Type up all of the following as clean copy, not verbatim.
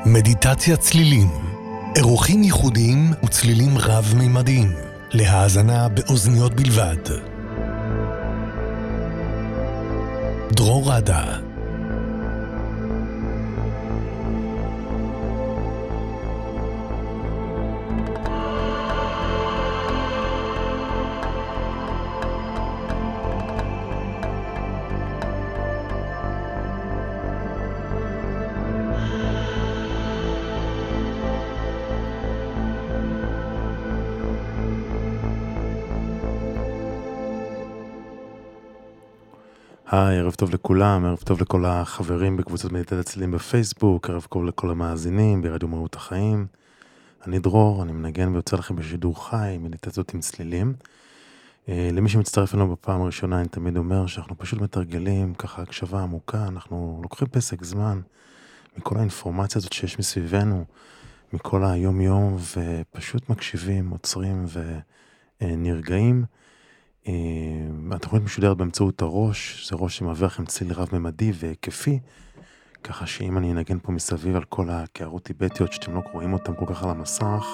מדיטציה צלילים, אירוחים ייחודיים וצלילים רב-מימדיים, להאזנה באוזניות בלבד. דרור רדה. היי, ערב טוב לכולם, ערב טוב לכל החברים בקבוצות מדיטציה צלילים בפייסבוק, ערב טוב לכל המאזינים ברדיו מהות החיים. אני דרור, אני מנגן ויוצא לכם בשידור חי, מדיטציות עם צלילים. למי שמצטרף אלינו בפעם הראשונה, אני תמיד אומר שאנחנו פשוט מתרגלים ככה הקשבה עמוקה, אנחנו לוקחים פסק זמן מכל האינפורמציה הזאת שיש מסביבנו, מכל היום יום, ופשוט מקשיבים, עוצרים ונרגעים. התוכנית משודרת באמצעות הראש, זה ראש שמעביר לכם צליל רב-ממדי והיקפי, ככה שאם אני אנגן פה מסביב על כל הקערות טיבטיות שאתם לא רואים אותם כל כך על המסך,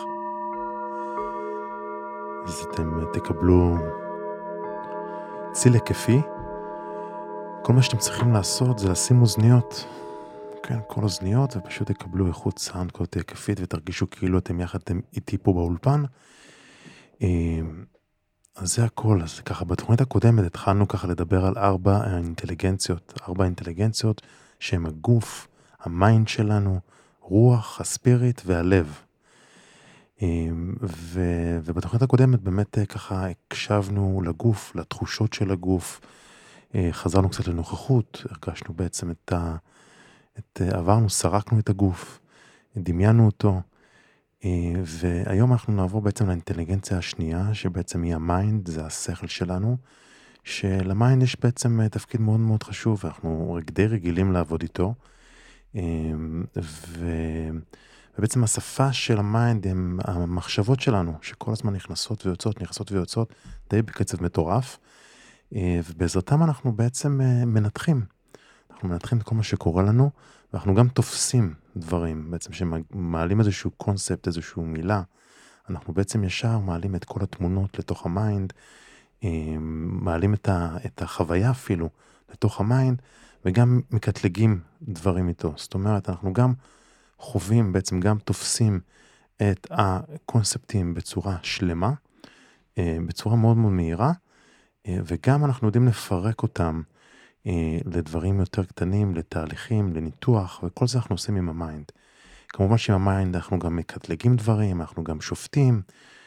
אז אתם תקבלו צליל היקפי. כל מה שאתם צריכים לעשות זה לשים אוזניות, כן, כל אוזניות, ופשוט תקבלו איכות סאונד כזאת היקפית, ותרגישו כאילו אתם יחד איתי פה באולפן. אז זה הכל. אז ככה בתוכנית הקודמת התחלנו ככה לדבר על ארבע אינטליגנציות שהם הגוף, המיינד שלנו, רוח, הספיריט והלב. ובתוכנית הקודמת באמת ככה הקשבנו לגוף, לתחושות של הגוף, חזרנו קצת לנוכחות, הרגשנו בעצם עברנו, סרקנו את הגוף, דמיינו אותו, והיום אנחנו נעבור בעצם לאינטליגנציה השנייה, שבעצם היא המיינד, זה השכל שלנו, שלמיינד יש בעצם תפקיד מאוד מאוד חשוב, ואנחנו די רגילים לעבוד איתו, ובעצם השפה של המיינד הם המחשבות שלנו, שכל הזמן נכנסות ויוצאות, די בקצב מטורף, ובעזרתם אנחנו בעצם מנתחים את כל מה שקורה לנו, ואנחנו גם תופסים דברים, בעצם שמעלים איזשהו קונספט, איזשהו מילה, אנחנו בעצם ישר מעלים את כל התמונות לתוך המיינד, מעלים את החוויה אפילו לתוך המיינד, וגם מקטלגים דברים איתו. זאת אומרת, אנחנו גם חווים, בעצם גם תופסים את הקונספטים בצורה שלמה, בצורה מאוד מאוד מהירה, וגם אנחנו יודעים לפרק אותם, לדברים יותר קטנים, לתהליכים, לניתוח, וכל זה אנחנו עושים עם המיינד. כמובן שעם המיינד אנחנו גם מקטלגים דברים, אנחנו גם שופטים,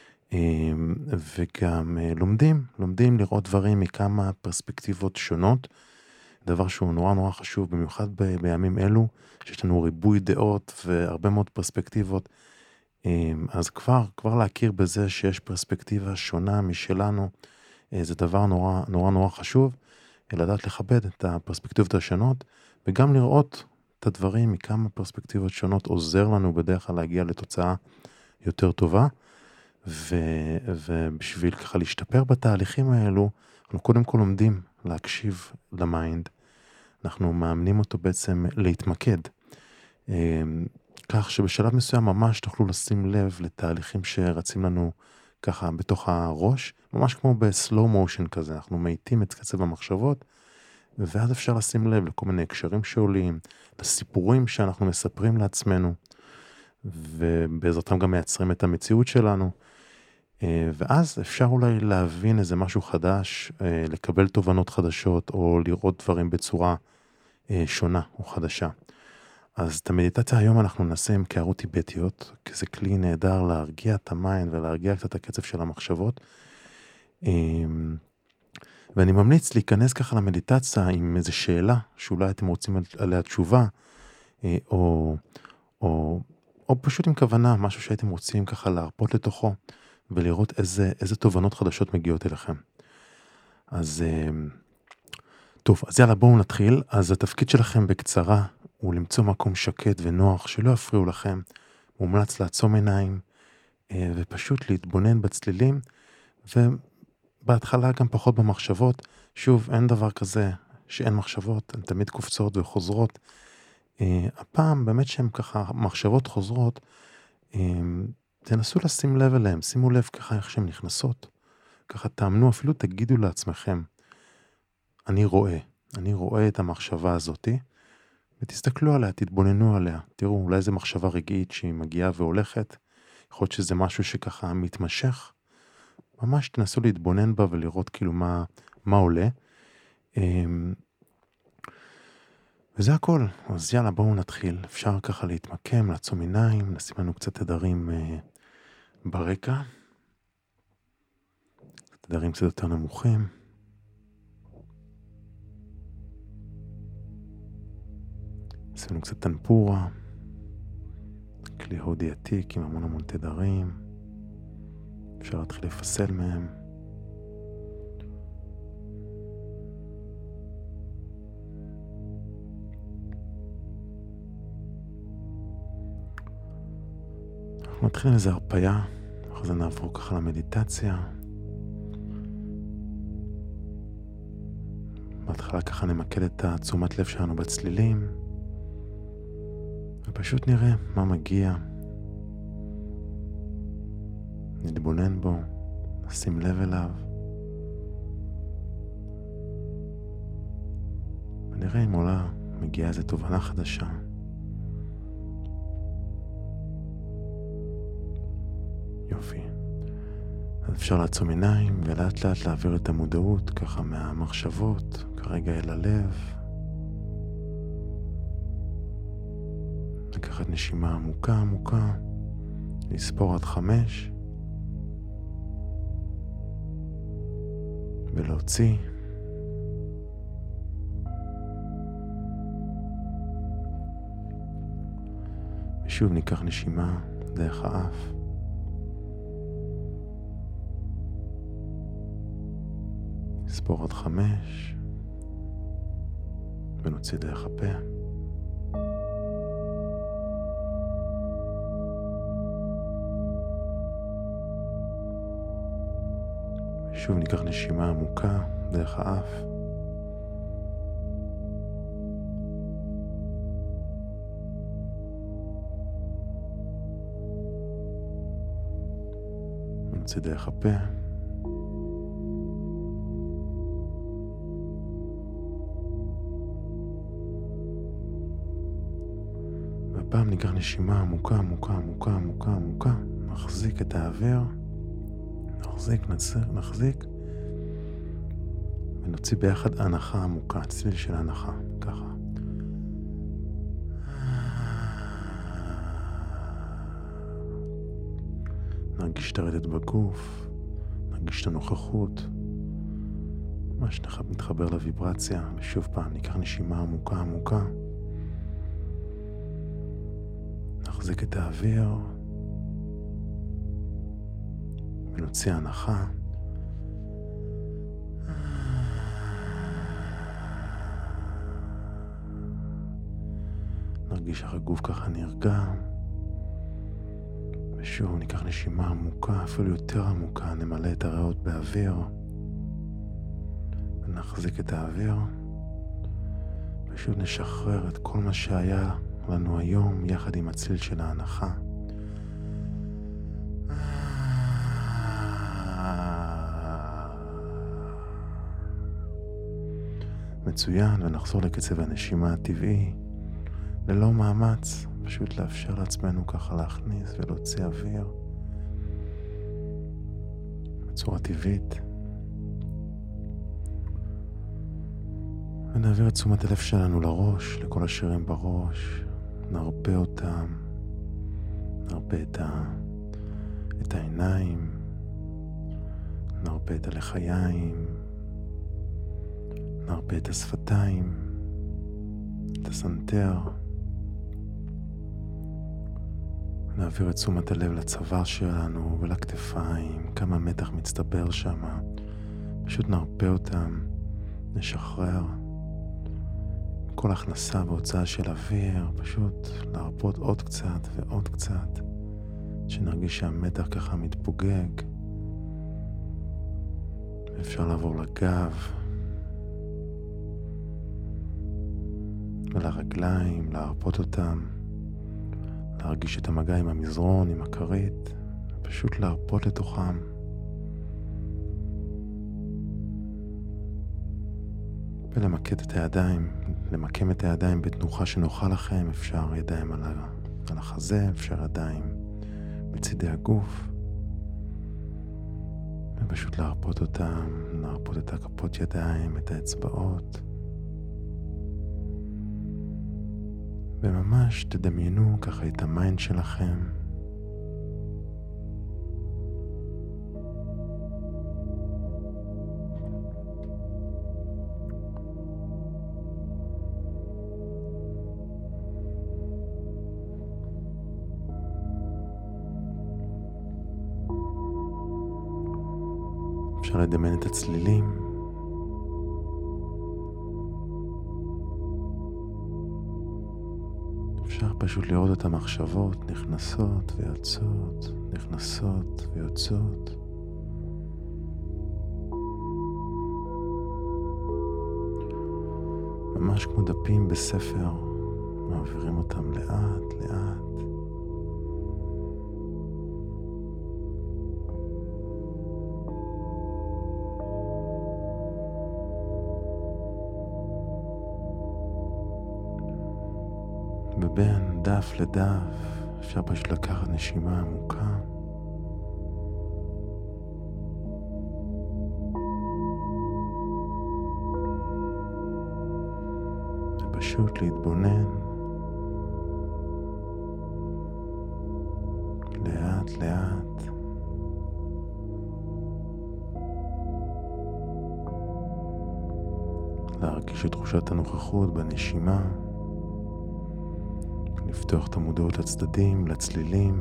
וגם לומדים לראות דברים מכמה פרספקטיבות שונות, דבר שהוא נורא נורא חשוב, במיוחד בימים אלו, שיש לנו ריבוי דעות והרבה מאוד פרספקטיבות, אז כבר להכיר בזה שיש פרספקטיבה שונה משלנו, זה דבר נורא נורא נורא חשוב, לדעת לכבד את הפרספקטיבות השונות, וגם לראות את הדברים מכמה פרספקטיבות שונות עוזר לנו בדרך כלל להגיע לתוצאה יותר טובה, ובשביל ככה להשתפר בתהליכים האלו, אנחנו קודם כל לומדים להקשיב למיינד, אנחנו מאמנים אותו בעצם להתמקד, כך שבשלב מסוים ממש תוכלו לשים לב לתהליכים שרצים לנו ככה בתוך הראש, ממש כמו בסלואו מושן כזה, אנחנו מאיטים את קצב המחשבות, ואז אפשר לשים לב לכל מיני הקשרים שעולים, לסיפורים שאנחנו מספרים לעצמנו, ובעזרתם גם מייצרים את המציאות שלנו, ואז אפשר אולי להבין איזה משהו חדש, לקבל תובנות חדשות, או לראות דברים בצורה שונה או חדשה. אז את המדיטציה היום אנחנו נעשה עם קערות טיבטיות, כי זה כלי נהדר להרגיע את המיינד ולהרגיע קצת את הקצב של המחשבות. ואני ממליץ להיכנס ככה למדיטציה עם איזו שאלה, שאולי אתם רוצים עליה תשובה, או פשוט עם כוונה, משהו שהייתם רוצים ככה להרפות לתוכו, ולראות איזה תובנות חדשות מגיעות אליכם. אז יאללה, בואו נתחיל. אז התפקיד שלכם בקצרה, הוא למצוא מקום שקט ונוח, שלא יפריעו לכם, מומלץ לעצום עיניים, ופשוט להתבונן בצלילים, ובהתחלה גם פחות במחשבות. שוב, אין דבר כזה שאין מחשבות, הן תמיד קופצות וחוזרות, הפעם באמת שהן ככה מחשבות חוזרות, תנסו לשים לב אליהן, שימו לב ככה איך שהן נכנסות, ככה תאמנו, אפילו תגידו לעצמכם, אני רואה את המחשבה הזאתי, ותסתכלו עליה, תתבוננו עליה, תראו, אולי זו מחשבה רגעית שהיא מגיעה והולכת, יכול להיות שזה משהו שככה מתמשך, ממש תנסו להתבונן בה ולראות כאילו מה עולה, וזה הכל. אז יאללה, בואו נתחיל. אפשר ככה להתמקם, לעצום עיניים, נשים לנו קצת תדרים ברקע, תדרים קצת יותר נמוכים, נשים לנו קצת טמפורה, כלי הודי עתיק עם המון תדרים, אפשר להתחיל לפסל מהם. אנחנו נתחיל עם איזה הרפיה, אחרי זה נעבור ככה למדיטציה. בהתחלה ככה נמקד את תשומת לב שלנו בצלילים, ופשוט נראה מה מגיע. נתבונן בו, נשים לב אליו, ונראה אם מגיעה איזו תובנה חדשה. יופי. אז אפשר לעצום עיניים ולאט לאט להעביר את המודעות ככה מהמחשבות כרגע אל הלב. לקחת נשימה עמוקה, לספור עד 5 ולהוציא. ושוב ניקח נשימה דרך האף. נספור עד 5 ונוציא דרך הפה. שוב ניקח נשימה עמוקה דרך האף. ונוציא דרך הפה. והפעם ניקח נשימה עמוקה, נחזיק את האוויר. נחזיק ונוציא ביחד הנחה עמוקה, צליל של הנחה, ככה. נרגיש את הרדת בגוף, נרגיש את הנוכחות, ממש מתחבר לוויברציה, ושוב פעם ניקח נשימה עמוקה, נחזיק את האוויר, ונוציא הנחה. נרגיש איך הגוף ככה נרגע. ושוב ניקח נשימה עמוקה, אפילו יותר עמוקה, נמלא את הריאות באוויר. ונחזיק את האוויר. ושוב נשחרר את כל מה שהיה לנו היום יחד עם הצליל של ההנחה. מצוין, ונחזור לקצב הנשימה הטבעי, ללא מאמץ, פשוט לאפשר לעצמנו ככה להכניס ולהוציא אוויר בצורה טבעית. ונעביר את תשומת הלב שלנו לראש, לכל השרירים בראש, נרפה אותם, נרפה את העיניים, נרפה את הלחיים, נרפה את השפתיים, את הסנטר. נעביר את תשומת הלב לצוואר שלנו ולכתפיים, כמה מתח מצטבר שם. פשוט נרפה אותם, נשחרר. כל הכנסה והוצאה של אוויר, פשוט להרפות עוד קצת ועוד קצת, שנרגיש שהמתח ככה מתפוגג. אפשר לעבור לגב, ולרגליים, להרפות אותם, להרגיש את המגע עם המזרון, עם הכרית, פשוט להרפות לתוכם. ולמקד את הידיים, למקם את הידיים בתנוחה שנוחה לכם. אפשר ידיים על החזה, אפשר ידיים בצידי הגוף. ופשוט להרפות אותם, להרפות את הכפות ידיים, את האצבעות. וממש תדמיינו ככה את המיינד שלכם. אפשר לדמיין את הצלילים. אפשר פשוט לראות את המחשבות נכנסות ויוצאות, נכנסות ויוצאות. ממש כמו דפים בספר, מעבירים אותם לאט לאט. ובין דף לדף אפשר פשוט לקחת נשימה עמוקה. ופשוט להתבונן לאט לאט. להרגיש את תחושת הנוכחות בנשימה. לפתוח את המודעות לצדדים, לצלילים.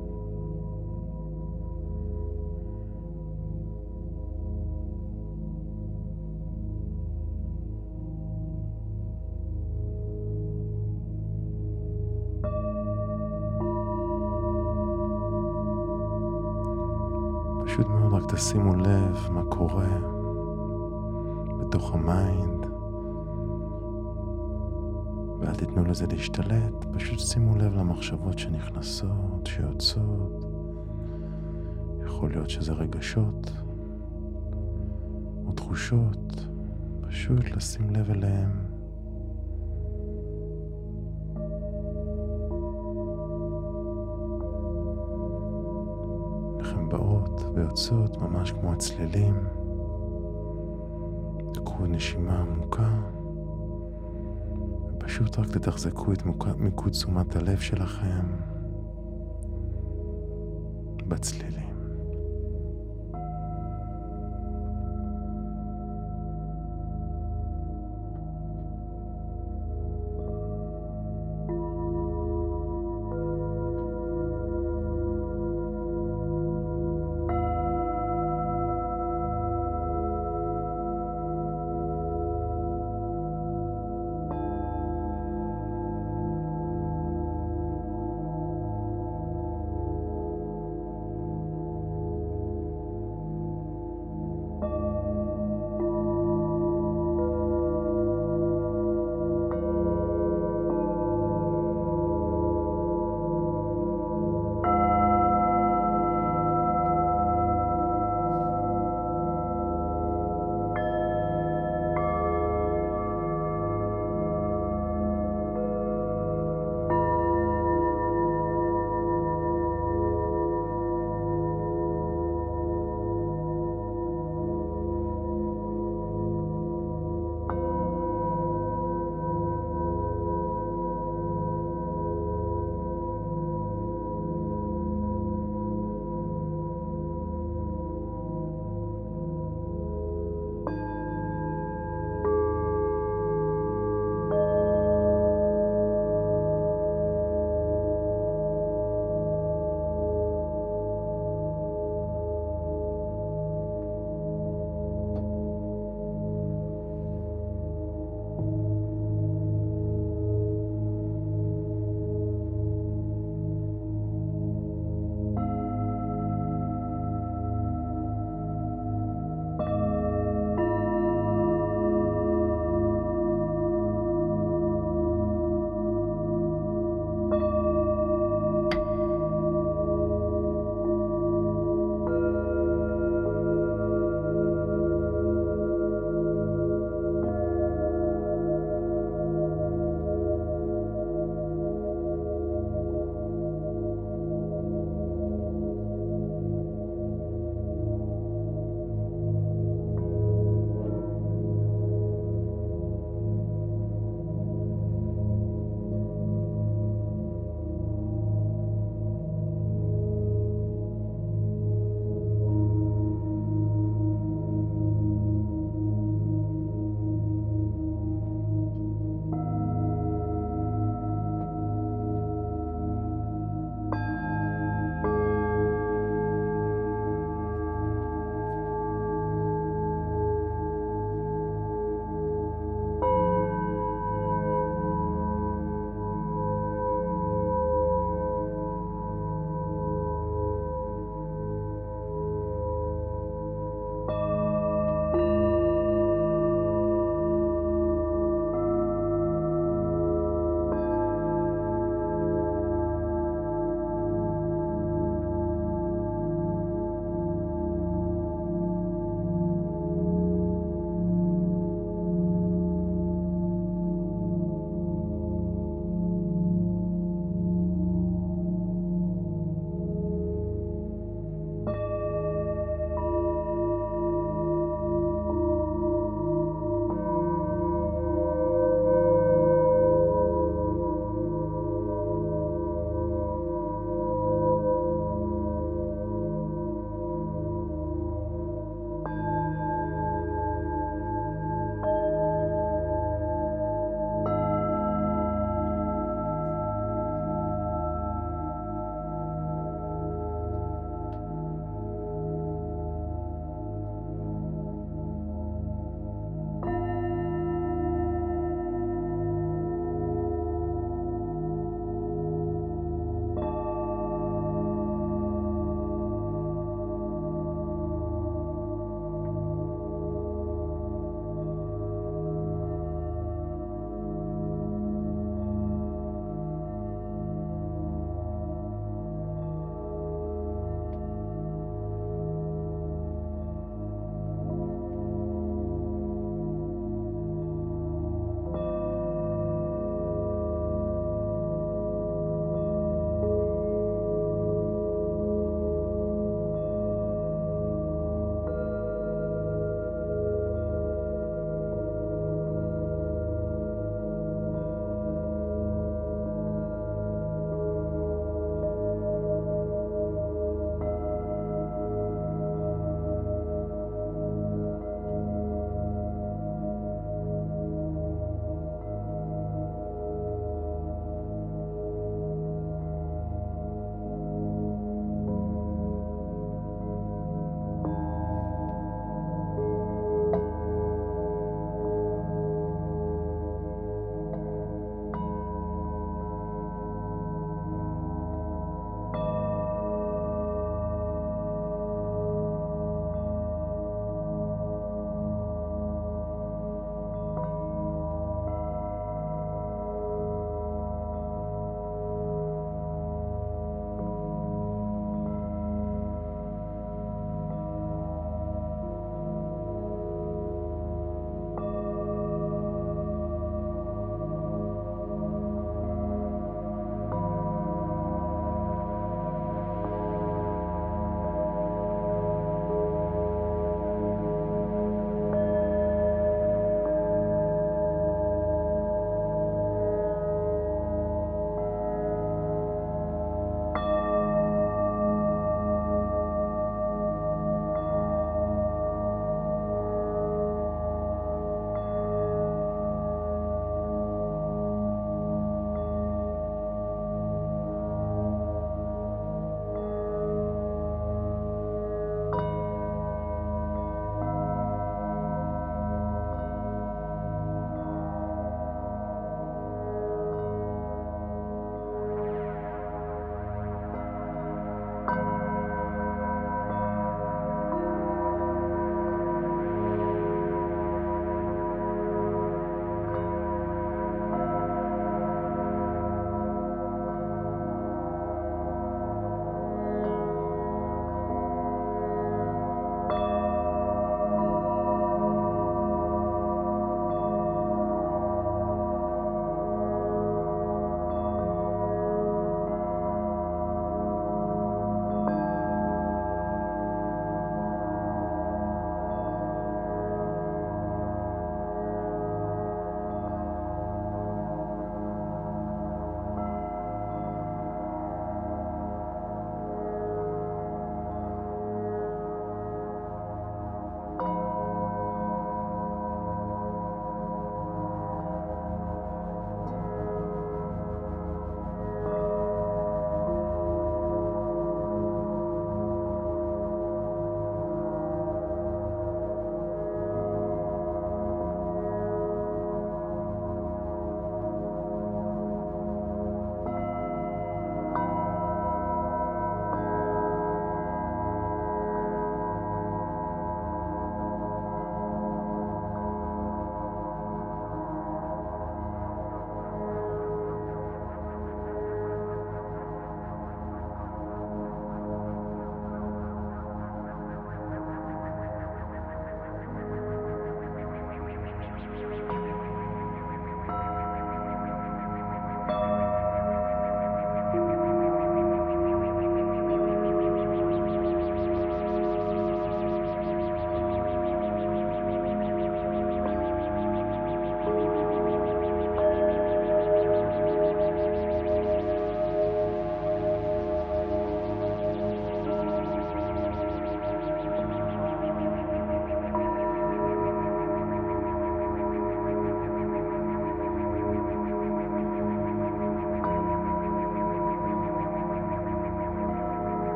פשוט מאוד רק תשימו לב מה קורה בתוך המיינד. ואל תיתנו לזה להשתלט, פשוט שימו לב למחשבות שנכנסות, שיוצאות. יכול להיות שזה רגשות או תחושות, פשוט לשים לב אליהם. לכם באות ויוצאות ממש כמו הצלילים. תקחו נשימה עמוקה. פשוט רק תתחזקו את מיקוד תשומת הלב שלכם בצלילים.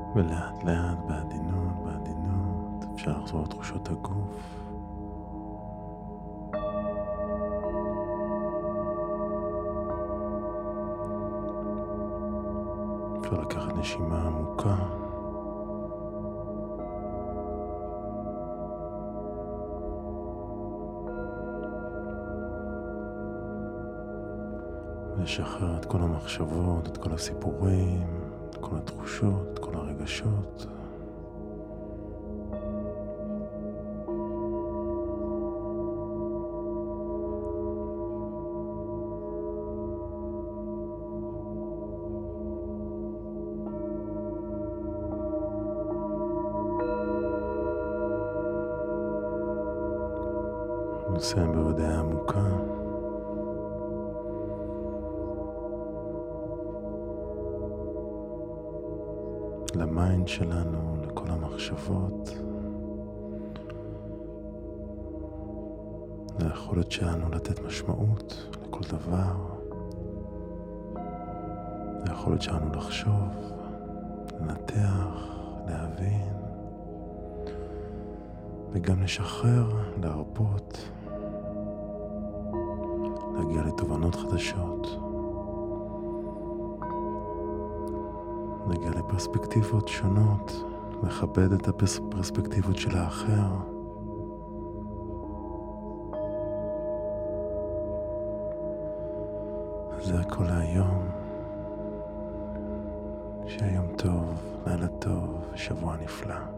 ולאט לאט בעדינות אפשר לחזור לתחושות הגוף. אפשר לקחת נשימה עמוקה. לשחרר את כל המחשבות, את כל הסיפורים, את כל התחושות, את כל הרגשות. נסיים בהודעה עמוקה. למיינד שלנו, לכל המחשבות, ליכולת שלנו לתת משמעות לכל דבר, ליכולת שלנו לחשוב, לנתח, להבין, וגם לשחרר, להרפות, להגיע לתובנות חדשות, להגיע לפרספקטיבות שונות, לכבד את הפרספקטיבות של האחר. זה הכל היום. שיהיה יום טוב, לילה טוב, שבוע נפלא.